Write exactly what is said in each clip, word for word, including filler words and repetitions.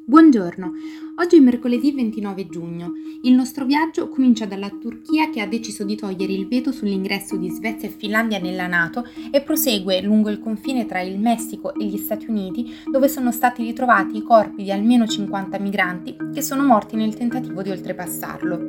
Buongiorno, oggi è mercoledì ventinove giugno. Il nostro viaggio comincia dalla Turchia che ha deciso di togliere il veto sull'ingresso di Svezia e Finlandia nella NATO e prosegue lungo il confine tra il Messico e gli Stati Uniti, dove sono stati ritrovati i corpi di almeno cinquanta migranti che sono morti nel tentativo di oltrepassarlo.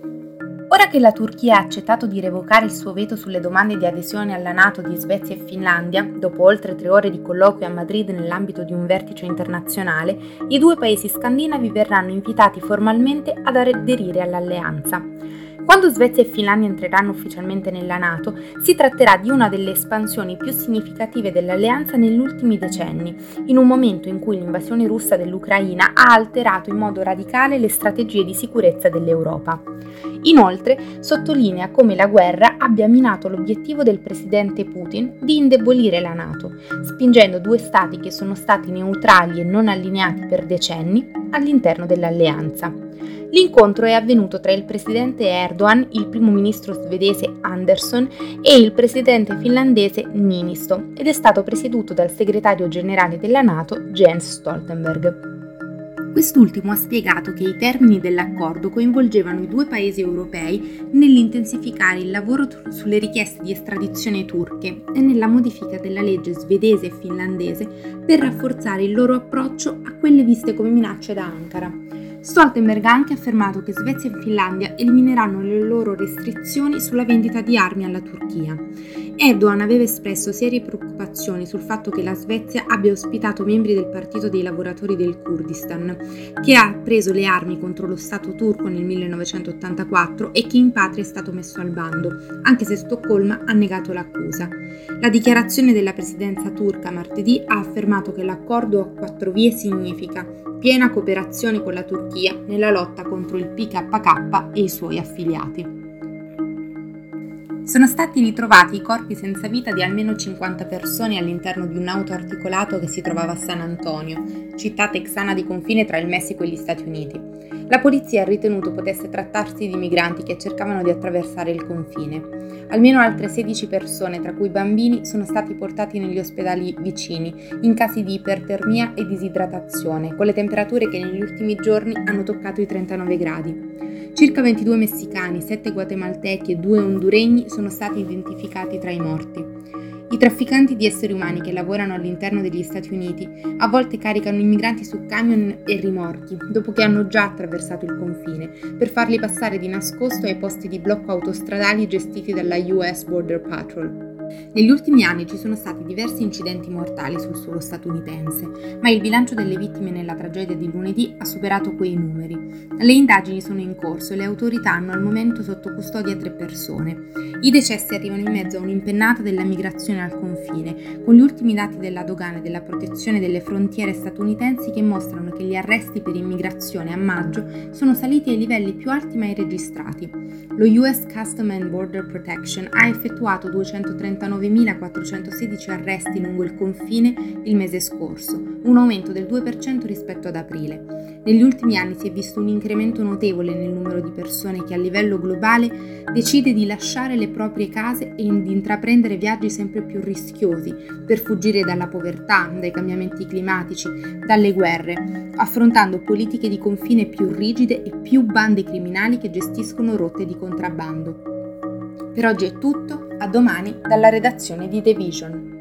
Ora che la Turchia ha accettato di revocare il suo veto sulle domande di adesione alla NATO di Svezia e Finlandia, dopo oltre tre ore di colloqui a Madrid nell'ambito di un vertice internazionale, i due paesi scandinavi verranno invitati formalmente ad aderire all'alleanza. Quando Svezia e Finlandia entreranno ufficialmente nella NATO, si tratterà di una delle espansioni più significative dell'alleanza negli ultimi decenni, in un momento in cui l'invasione russa dell'Ucraina ha alterato in modo radicale le strategie di sicurezza dell'Europa. Inoltre, sottolinea come la guerra abbia minato l'obiettivo del presidente Putin di indebolire la NATO, spingendo due stati che sono stati neutrali e non allineati per decenni all'interno dell'alleanza. L'incontro è avvenuto tra il presidente Erdogan, il primo ministro svedese Andersson e il presidente finlandese Niinisto ed è stato presieduto dal segretario generale della NATO Jens Stoltenberg. Quest'ultimo ha spiegato che i termini dell'accordo coinvolgevano i due paesi europei nell'intensificare il lavoro t- sulle richieste di estradizione turche e nella modifica della legge svedese e finlandese per rafforzare il loro approccio a quelle viste come minacce da Ankara. Stoltenberg ha anche affermato che Svezia e Finlandia elimineranno le loro restrizioni sulla vendita di armi alla Turchia. Erdogan aveva espresso serie preoccupazioni sul fatto che la Svezia abbia ospitato membri del Partito dei Lavoratori del Kurdistan, che ha preso le armi contro lo Stato turco nel millenovecentottantaquattro e che in patria è stato messo al bando, anche se Stoccolma ha negato l'accusa. La dichiarazione della presidenza turca martedì ha affermato che l'accordo a quattro vie significa piena cooperazione con la Turchia nella lotta contro il P K K e i suoi affiliati. Sono stati ritrovati i corpi senza vita di almeno cinquanta persone all'interno di un autoarticolato che si trovava a San Antonio, città texana di confine tra il Messico e gli Stati Uniti. La polizia ha ritenuto potesse trattarsi di migranti che cercavano di attraversare il confine. Almeno altre sedici persone, tra cui bambini, sono stati portati negli ospedali vicini, in casi di ipertermia e disidratazione, con le temperature che negli ultimi giorni hanno toccato i trentanove gradi. Circa ventidue messicani, sette guatemaltechi e due honduregni sono stati identificati tra i morti. I trafficanti di esseri umani che lavorano all'interno degli Stati Uniti a volte caricano i migranti su camion e rimorchi, dopo che hanno già attraversato il confine, per farli passare di nascosto ai posti di blocco autostradali gestiti dalla U S Border Patrol. Negli ultimi anni ci sono stati diversi incidenti mortali sul suolo statunitense, ma il bilancio delle vittime nella tragedia di lunedì ha superato quei numeri. Le indagini sono in corso e le autorità hanno al momento sotto custodia tre persone. I decessi arrivano in mezzo a un'impennata della migrazione al confine, con gli ultimi dati della dogana e della protezione delle frontiere statunitensi che mostrano che gli arresti per immigrazione a maggio sono saliti ai livelli più alti mai registrati. Lo U S Custom and Border Protection ha effettuato duecentotrentanovemilaquattrocentosedici arresti lungo il confine il mese scorso, un aumento del due per cento rispetto ad aprile. Negli ultimi anni si è visto un incremento notevole nel numero di persone che a livello globale decide di lasciare le proprie case e di intraprendere viaggi sempre più rischiosi per fuggire dalla povertà, dai cambiamenti climatici, dalle guerre, affrontando politiche di confine più rigide e più bande criminali che gestiscono rotte di contrabbando. Per oggi è tutto, a domani dalla redazione di The Vision.